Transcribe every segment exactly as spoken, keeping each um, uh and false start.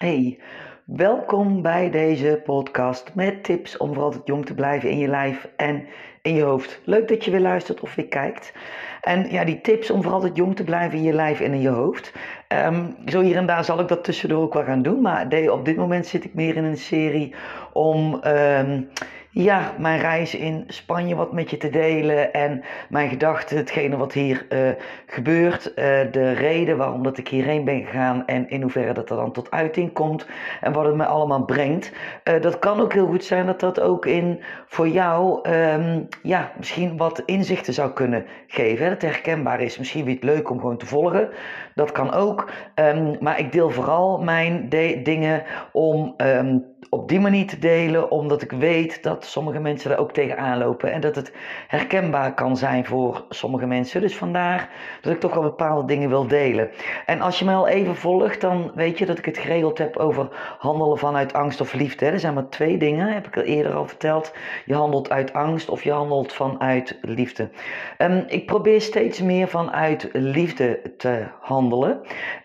Hey, welkom bij deze podcast met tips om voor altijd jong te blijven in je lijf en in je hoofd. Leuk dat je weer luistert of weer kijkt. En ja, die tips om voor altijd jong te blijven in je lijf en in je hoofd. Um, zo hier en daar zal ik dat tussendoor ook wel gaan doen. Maar de, op dit moment zit ik meer in een serie om um, ja, mijn reis in Spanje wat met je te delen. En mijn gedachten, hetgene wat hier uh, gebeurt. Uh, de reden waarom dat ik hierheen ben gegaan. En in hoeverre dat er dan tot uiting komt. En wat het mij allemaal brengt. Uh, dat kan ook heel goed zijn dat dat ook in voor jou um, ja, misschien wat inzichten zou kunnen geven. Hè? Dat het herkenbaar is. Misschien vind je het leuk om gewoon te volgen. Dat kan ook. Um, maar ik deel vooral mijn de- dingen om um, op die manier te delen. Omdat ik weet dat sommige mensen daar ook tegenaan lopen. En dat het herkenbaar kan zijn voor sommige mensen. Dus vandaar dat ik toch wel bepaalde dingen wil delen. En als je mij al even volgt, dan weet je dat ik het geregeld heb over handelen vanuit angst of liefde. Er zijn maar twee dingen, heb ik al eerder al verteld. Je handelt uit angst of je handelt vanuit liefde. Um, ik probeer steeds meer vanuit liefde te handelen.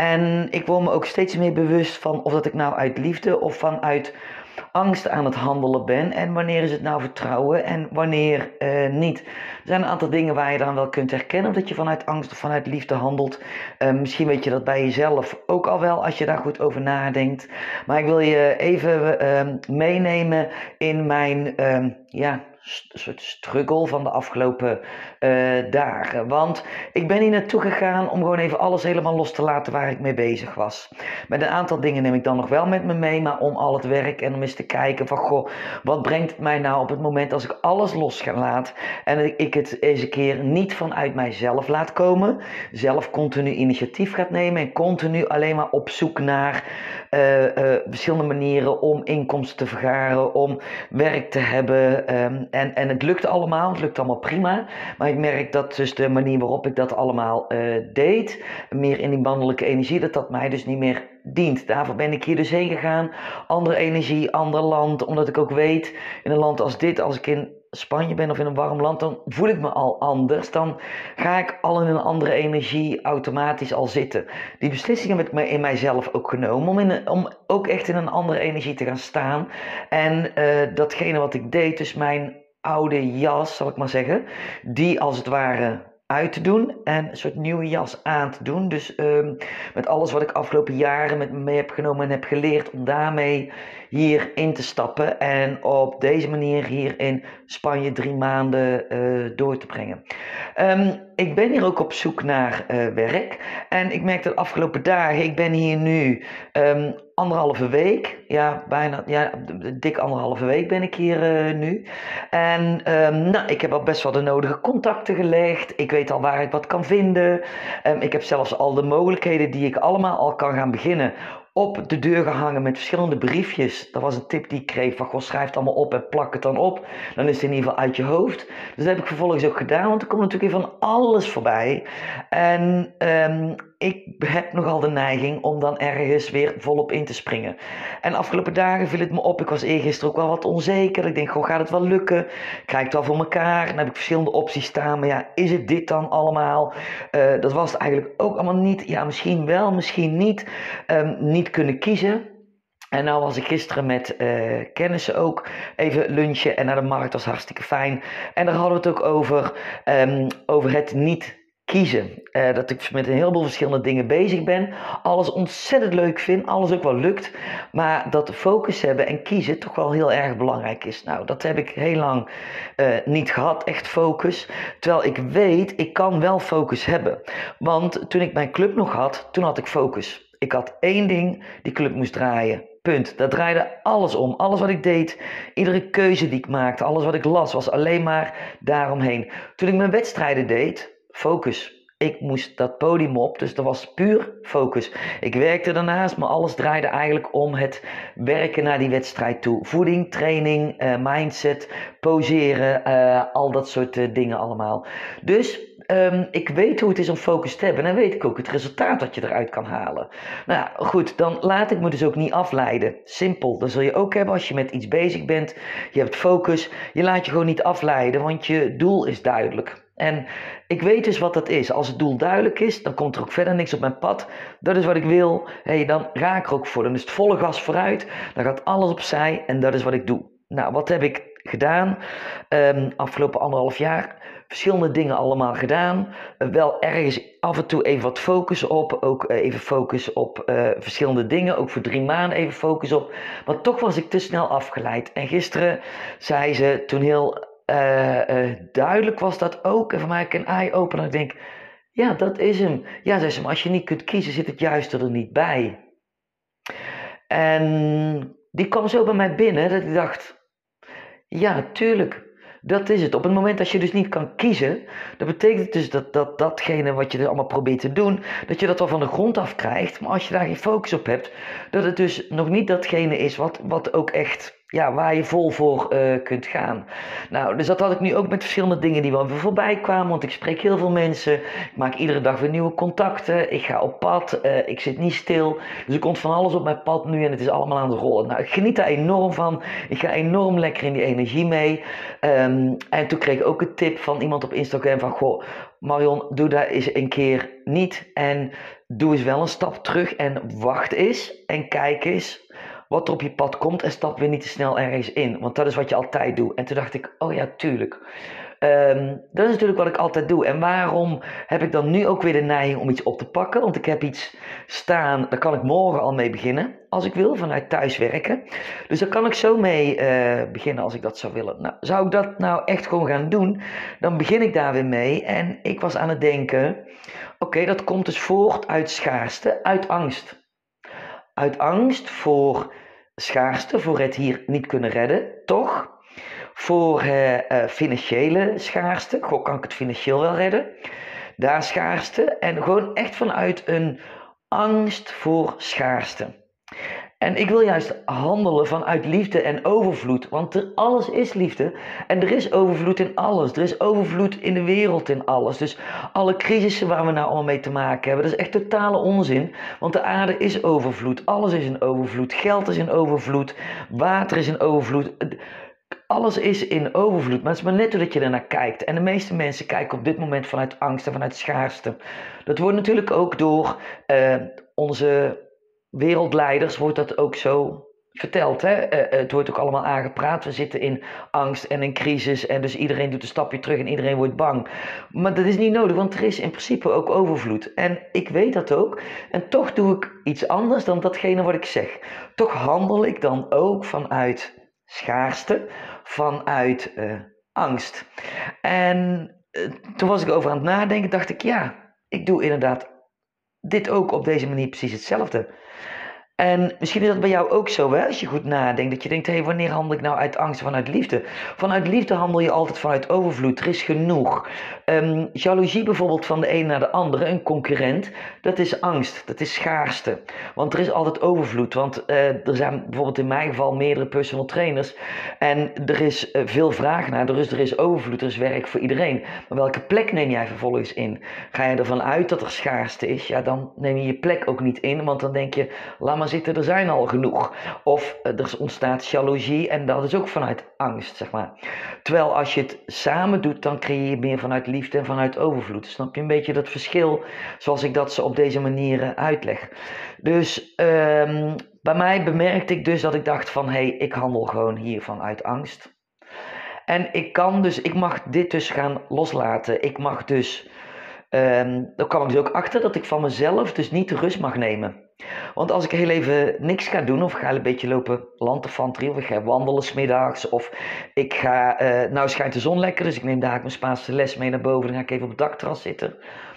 En ik word me ook steeds meer bewust van of dat ik nou uit liefde of vanuit angst aan het handelen ben. En wanneer is het nou vertrouwen en wanneer uh, niet. Er zijn een aantal dingen waar je dan wel kunt herkennen. Of dat je vanuit angst of vanuit liefde handelt. Uh, misschien weet je dat bij jezelf ook al wel als je daar goed over nadenkt. Maar ik wil je even uh, meenemen in mijn uh, ja, een soort struggle van de afgelopen uh, dagen. Want ik ben hier naartoe gegaan om gewoon even alles helemaal los te laten waar ik mee bezig was. Met een aantal dingen neem ik dan nog wel met me mee, maar om al het werk en om eens te kijken van goh, wat brengt het mij nou op het moment als ik alles los ga laten en ik het eens een keer niet vanuit mijzelf laat komen, zelf continu initiatief gaat nemen en continu alleen maar op zoek naar uh, uh, verschillende manieren om inkomsten te vergaren, om werk te hebben. Um, En, en het lukt allemaal, het lukt allemaal prima. Maar ik merk dat dus de manier waarop ik dat allemaal uh, deed, meer in die mannelijke energie, dat dat mij dus niet meer dient. Daarvoor ben ik hier dus heen gegaan. Andere energie, ander land. Omdat ik ook weet, in een land als dit, als ik in Spanje ben of in een warm land, dan voel ik me al anders. Dan ga ik al in een andere energie automatisch al zitten. Die beslissingen heb ik in mijzelf ook genomen. Om, in een, om ook echt in een andere energie te gaan staan. En uh, datgene wat ik deed, dus mijn oude jas, zal ik maar zeggen, die als het ware uit te doen en een soort nieuwe jas aan te doen. Dus um, met alles wat ik afgelopen jaren met me mee heb genomen en heb geleerd om daarmee hier in te stappen en op deze manier hier in Spanje drie maanden uh, door te brengen. Um, ik ben hier ook op zoek naar uh, werk en ik merk de afgelopen dagen, ik ben hier nu um, anderhalve week, ja bijna, ja dik anderhalve week ben ik hier uh, nu. En um, nou, ik heb al best wel de nodige contacten gelegd, ik weet al waar ik wat kan vinden. Um, ik heb zelfs al de mogelijkheden die ik allemaal al kan gaan beginnen op de deur gehangen met verschillende briefjes. Dat was een tip die ik kreeg van goh, schrijf het allemaal op en plak het dan op. Dan is het in ieder geval uit je hoofd. Dus dat heb ik vervolgens ook gedaan, want er komt natuurlijk weer van alles voorbij. En um, ik heb nogal de neiging om dan ergens weer volop in te springen. En de afgelopen dagen viel het me op, ik was eergisteren ook wel wat onzeker. Ik denk, goh, gaat het wel lukken? Krijg ik het wel voor elkaar? Dan heb ik verschillende opties staan, maar ja, is het dit dan allemaal? Uh, dat was het eigenlijk ook allemaal niet. Ja, misschien wel, misschien niet. Um, niet kunnen kiezen. En nou was ik gisteren met uh, kennissen ook even lunchen en naar de markt, was hartstikke fijn. En daar hadden we het ook over, um, over het niet kiezen. Uh, dat ik met een heleboel verschillende dingen bezig ben. Alles ontzettend leuk vind, alles ook wel lukt. Maar dat focus hebben en kiezen toch wel heel erg belangrijk is. Nou, dat heb ik heel lang uh, niet gehad, echt focus. Terwijl ik weet, ik kan wel focus hebben. Want toen ik mijn club nog had, toen had ik focus. Ik had één ding, die club moest draaien. Punt. Daar draaide alles om. Alles wat ik deed, iedere keuze die ik maakte, alles wat ik las, was alleen maar daaromheen. Toen ik mijn wedstrijden deed, focus. Ik moest dat podium op, dus dat was puur focus. Ik werkte daarnaast, maar alles draaide eigenlijk om het werken naar die wedstrijd toe. Voeding, training, uh, mindset, poseren, uh, al dat soort uh, dingen allemaal. Dus um, ik weet hoe het is om focus te hebben en dan weet ik ook het resultaat dat je eruit kan halen. Nou goed, dan laat ik me dus ook niet afleiden. Simpel, dat zul je ook hebben als je met iets bezig bent. Je hebt focus, je laat je gewoon niet afleiden, want je doel is duidelijk. En ik weet dus wat dat is. Als het doel duidelijk is, dan komt er ook verder niks op mijn pad. Dat is wat ik wil. Hey, dan ga ik er ook voor. Dan is het volle gas vooruit. Dan gaat alles opzij en dat is wat ik doe. Nou, wat heb ik gedaan? Um, afgelopen anderhalf jaar verschillende dingen allemaal gedaan. Uh, wel ergens af en toe even wat focus op. Ook uh, even focus op uh, verschillende dingen. Ook voor drie maanden even focus op. Maar toch was ik te snel afgeleid. En gisteren zei ze, toen heel uh, uh, duidelijk was dat ook. En voor mij een eye-opener. Ik denk, ja, dat is hem. Ja, zei ze, maar als je niet kunt kiezen, zit het juiste er niet bij. En die kwam zo bij mij binnen dat ik dacht, ja, tuurlijk, dat is het. Op het moment dat je dus niet kan kiezen, dat betekent dus dat, dat datgene wat je dus allemaal probeert te doen, dat je dat wel van de grond af krijgt. Maar als je daar geen focus op hebt, dat het dus nog niet datgene is wat, wat ook echt, ja, waar je vol voor uh, kunt gaan. Nou, dus dat had ik nu ook met verschillende dingen die wel weer voorbij kwamen, want ik spreek heel veel mensen, ik maak iedere dag weer nieuwe contacten, ik ga op pad, uh, ik zit niet stil, dus er komt van alles op mijn pad nu en het is allemaal aan het rollen. Nou, ik geniet daar enorm van, ik ga enorm lekker in die energie mee. Um, en toen kreeg ik ook een tip van iemand op Instagram van, goh, Marion, doe dat eens een keer niet en doe eens wel een stap terug en wacht eens en kijk eens wat er op je pad komt en stap weer niet te snel ergens in. Want dat is wat je altijd doet. En toen dacht ik, oh ja, tuurlijk. Um, dat is natuurlijk wat ik altijd doe. En waarom heb ik dan nu ook weer de neiging om iets op te pakken? Want ik heb iets staan, daar kan ik morgen al mee beginnen. Als ik wil, vanuit thuiswerken. Dus daar kan ik zo mee uh, beginnen als ik dat zou willen. Nou, zou ik dat nou echt gewoon gaan doen? Dan begin ik daar weer mee. En ik was aan het denken, oké, okay, dat komt dus voort uit schaarste, uit angst. Uit angst voor schaarste, voor het hier niet kunnen redden, toch? Voor uh, uh, financiële schaarste, goh, kan ik het financieel wel redden? Daar schaarste en gewoon echt vanuit een angst voor schaarste. En ik wil juist handelen vanuit liefde en overvloed, want er, alles is liefde en er is overvloed in alles. Er is overvloed in de wereld in alles. Dus alle crisissen waar we nou allemaal mee te maken hebben, dat is echt totale onzin, want de aarde is overvloed, alles is in overvloed, geld is in overvloed, water is in overvloed. Alles is in overvloed, maar het is maar net hoe dat je ernaar kijkt. En de meeste mensen kijken op dit moment vanuit angst en vanuit schaarste. Dat wordt natuurlijk ook door uh, onze wereldleiders wordt dat ook zo verteld. Hè? Uh, het wordt ook allemaal aangepraat. We zitten in angst en in crisis en dus iedereen doet een stapje terug en iedereen wordt bang. Maar dat is niet nodig, want er is in principe ook overvloed. En ik weet dat ook. En toch doe ik iets anders dan datgene wat ik zeg. Toch handel ik dan ook vanuit schaarste, vanuit uh, angst. En uh, toen was ik over aan het nadenken, dacht ik, ja, ik doe inderdaad dit ook op deze manier precies hetzelfde. En misschien is dat bij jou ook zo, hè? Als je goed nadenkt. Dat je denkt, hé, hey, wanneer handel ik nou uit angst of vanuit liefde? Vanuit liefde handel je altijd vanuit overvloed. Er is genoeg. Um, jaloezie bijvoorbeeld van de een naar de andere, een concurrent, dat is angst. Dat is schaarste. Want er is altijd overvloed. Want uh, er zijn bijvoorbeeld in mijn geval meerdere personal trainers. En er is uh, veel vraag naar. Dus er is overvloed. Er is werk voor iedereen. Maar welke plek neem jij vervolgens in? Ga je ervan uit dat er schaarste is? Ja, dan neem je je plek ook niet in. Want dan denk je, laat maar zitten, er zijn al genoeg. Of uh, er ontstaat jaloezie en dat is ook vanuit angst, zeg maar. Terwijl als je het samen doet, dan creëer je meer vanuit liefde en vanuit overvloed. Snap je een beetje dat verschil, zoals ik dat zo op deze manier uh, uitleg. Dus um, bij mij bemerkte ik dus dat ik dacht van, hé, hey, ik handel gewoon hier vanuit angst. En ik kan dus, ik mag dit dus gaan loslaten. Ik mag dus, um, daar kwam ik dus ook achter dat ik van mezelf dus niet de rust mag nemen. Want als ik heel even niks ga doen, of ga een beetje lopen lanterfanterie, of ik ga wandelen 's middags, of ik ga, uh, nou schijnt de zon lekker, dus ik neem daar mijn Spaanse les mee naar boven, dan ga ik even op het dakterras zitten.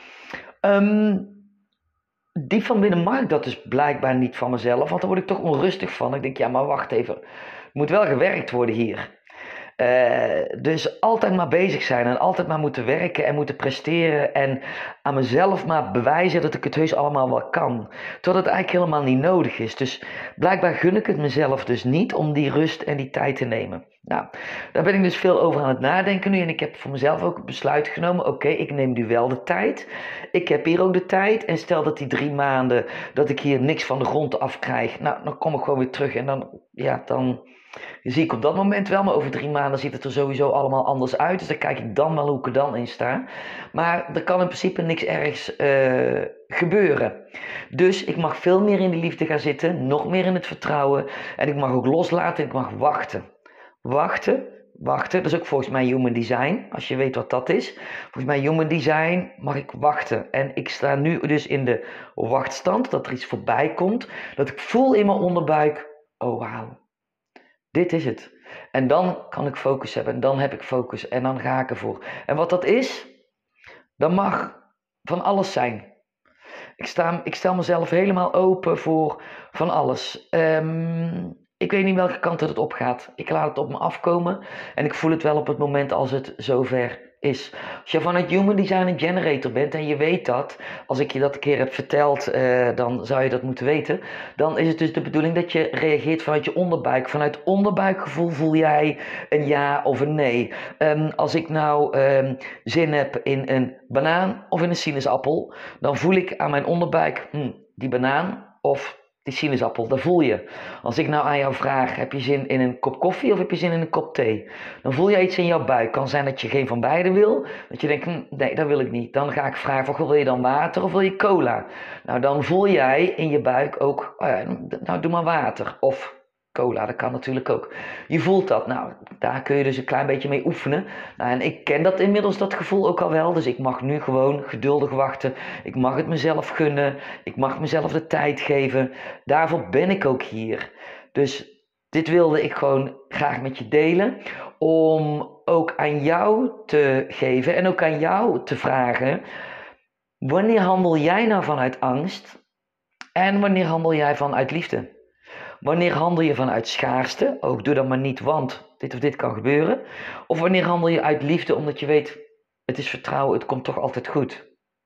Um, diep van binnen mag ik dat dus blijkbaar niet van mezelf, want dan word ik toch onrustig van. Ik denk, ja, maar wacht even, er moet wel gewerkt worden hier. Uh, dus altijd maar bezig zijn en altijd maar moeten werken en moeten presteren en aan mezelf maar bewijzen dat ik het heus allemaal wel kan. Terwijl het eigenlijk helemaal niet nodig is. Dus blijkbaar gun ik het mezelf dus niet om die rust en die tijd te nemen. Nou, daar ben ik dus veel over aan het nadenken nu. En ik heb voor mezelf ook het besluit genomen. Oké, okay, ik neem nu wel de tijd. Ik heb hier ook de tijd. En stel dat die drie maanden, dat ik hier niks van de grond af krijg. Nou, dan kom ik gewoon weer terug. En dan, ja, dan zie ik op dat moment wel. Maar over drie maanden ziet het er sowieso allemaal anders uit. Dus dan kijk ik dan wel hoe ik er dan in sta. Maar er kan in principe niks ergs uh, gebeuren. Dus ik mag veel meer in die liefde gaan zitten. Nog meer in het vertrouwen. En ik mag ook loslaten. En ik mag wachten. Wachten, wachten, dat is ook volgens mij human design, als je weet wat dat is. Volgens mij human design mag ik wachten. En ik sta nu dus in de wachtstand, dat er iets voorbij komt. Dat ik voel in mijn onderbuik, oh wauw, dit is het. En dan kan ik focus hebben en dan heb ik focus en dan ga ik ervoor. En wat dat is, dat mag van alles zijn. Ik, sta, ik stel mezelf helemaal open voor van alles. Um, Ik weet niet welke kant het op gaat. Ik laat het op me afkomen. En ik voel het wel op het moment als het zover is. Als je vanuit Human Design een generator bent en je weet dat. Als ik je dat een keer heb verteld, uh, dan zou je dat moeten weten. Dan is het dus de bedoeling dat je reageert vanuit je onderbuik. Vanuit onderbuikgevoel voel jij een ja of een nee. Um, als ik nou um, zin heb in een banaan of in een sinaasappel. Dan voel ik aan mijn onderbuik hm, die banaan of die sinaasappel, dat voel je. Als ik nou aan jou vraag, heb je zin in een kop koffie of heb je zin in een kop thee? Dan voel je iets in jouw buik. Kan zijn dat je geen van beide wil. Dat je denkt, hm, nee, dat wil ik niet. Dan ga ik vragen, wil je dan water of wil je cola? Nou, dan voel jij in je buik ook, oh ja, nou doe maar water. Of cola, dat kan natuurlijk ook. Je voelt dat. Nou, daar kun je dus een klein beetje mee oefenen. Nou, en ik ken dat inmiddels, dat gevoel ook al wel. Dus ik mag nu gewoon geduldig wachten. Ik mag het mezelf gunnen. Ik mag mezelf de tijd geven. Daarvoor ben ik ook hier. Dus dit wilde ik gewoon graag met je delen. Om ook aan jou te geven en ook aan jou te vragen. Wanneer handel jij nou vanuit angst? En wanneer handel jij vanuit liefde? Wanneer handel je vanuit schaarste? Ook doe dat maar niet, want dit of dit kan gebeuren. Of wanneer handel je uit liefde, omdat je weet, het is vertrouwen, het komt toch altijd goed.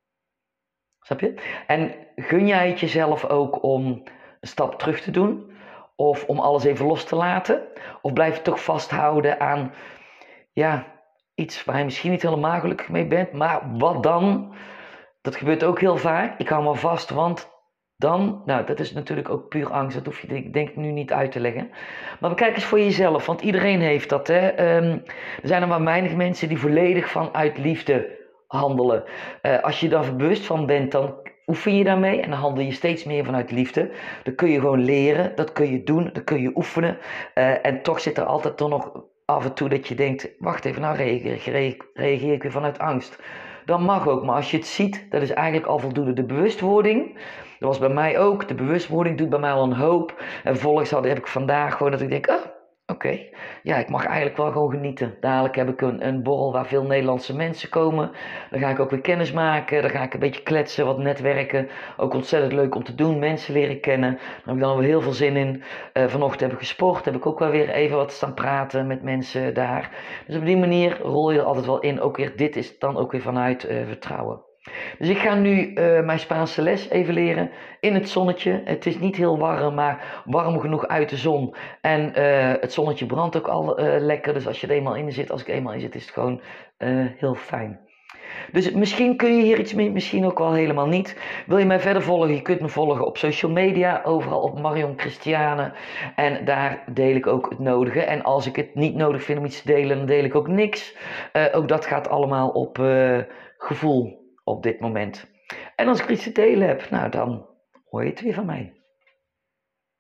Snap je? En gun jij het jezelf ook om een stap terug te doen? Of om alles even los te laten? Of blijf je toch vasthouden aan, ja, iets waar je misschien niet helemaal gelukkig mee bent. Maar wat dan? Dat gebeurt ook heel vaak. Ik hou maar vast, want dan, nou dat is natuurlijk ook puur angst, dat hoef je denk ik nu niet uit te leggen. Maar bekijk eens voor jezelf, want iedereen heeft dat. Hè? Um, er zijn er maar weinig mensen die volledig vanuit liefde handelen. Uh, als je daar bewust van bent, dan oefen je daarmee en dan handel je steeds meer vanuit liefde. Dat kun je gewoon leren, dat kun je doen, dat kun je oefenen. Uh, en toch zit er altijd toch nog af en toe dat je denkt, wacht even, nou reageer, reageer ik weer vanuit angst. Dat mag ook, maar als je het ziet, dat is eigenlijk al voldoende. De bewustwording, dat was bij mij ook, de bewustwording doet bij mij al een hoop. En vervolgens had, heb ik vandaag gewoon dat ik denk, ah, oké, okay. Ja, ik mag eigenlijk wel gewoon genieten. Dadelijk heb ik een, een borrel waar veel Nederlandse mensen komen. Dan ga ik ook weer kennis maken, dan ga ik een beetje kletsen, wat netwerken. Ook ontzettend leuk om te doen, mensen leren kennen. Daar heb ik dan weer heel veel zin in. Uh, vanochtend heb ik gesport, heb ik ook wel weer even wat staan praten met mensen daar. Dus op die manier rol je er altijd wel in. Ook weer, dit is dan ook weer vanuit uh, vertrouwen. Dus ik ga nu uh, mijn Spaanse les even leren in het zonnetje. Het is niet heel warm, maar warm genoeg uit de zon. En uh, het zonnetje brandt ook al uh, lekker. Dus als je er eenmaal in zit, als ik er eenmaal in zit, is het gewoon uh, heel fijn. Dus misschien kun je hier iets mee, misschien ook wel helemaal niet. Wil je mij verder volgen? Je kunt me volgen op social media, overal op Marion Christiane. En daar deel ik ook het nodige. En als ik het niet nodig vind om iets te delen, dan deel ik ook niks. Uh, ook dat gaat allemaal op uh, gevoel op dit moment. En als ik iets te delen heb, nou dan hoor je het weer van mij.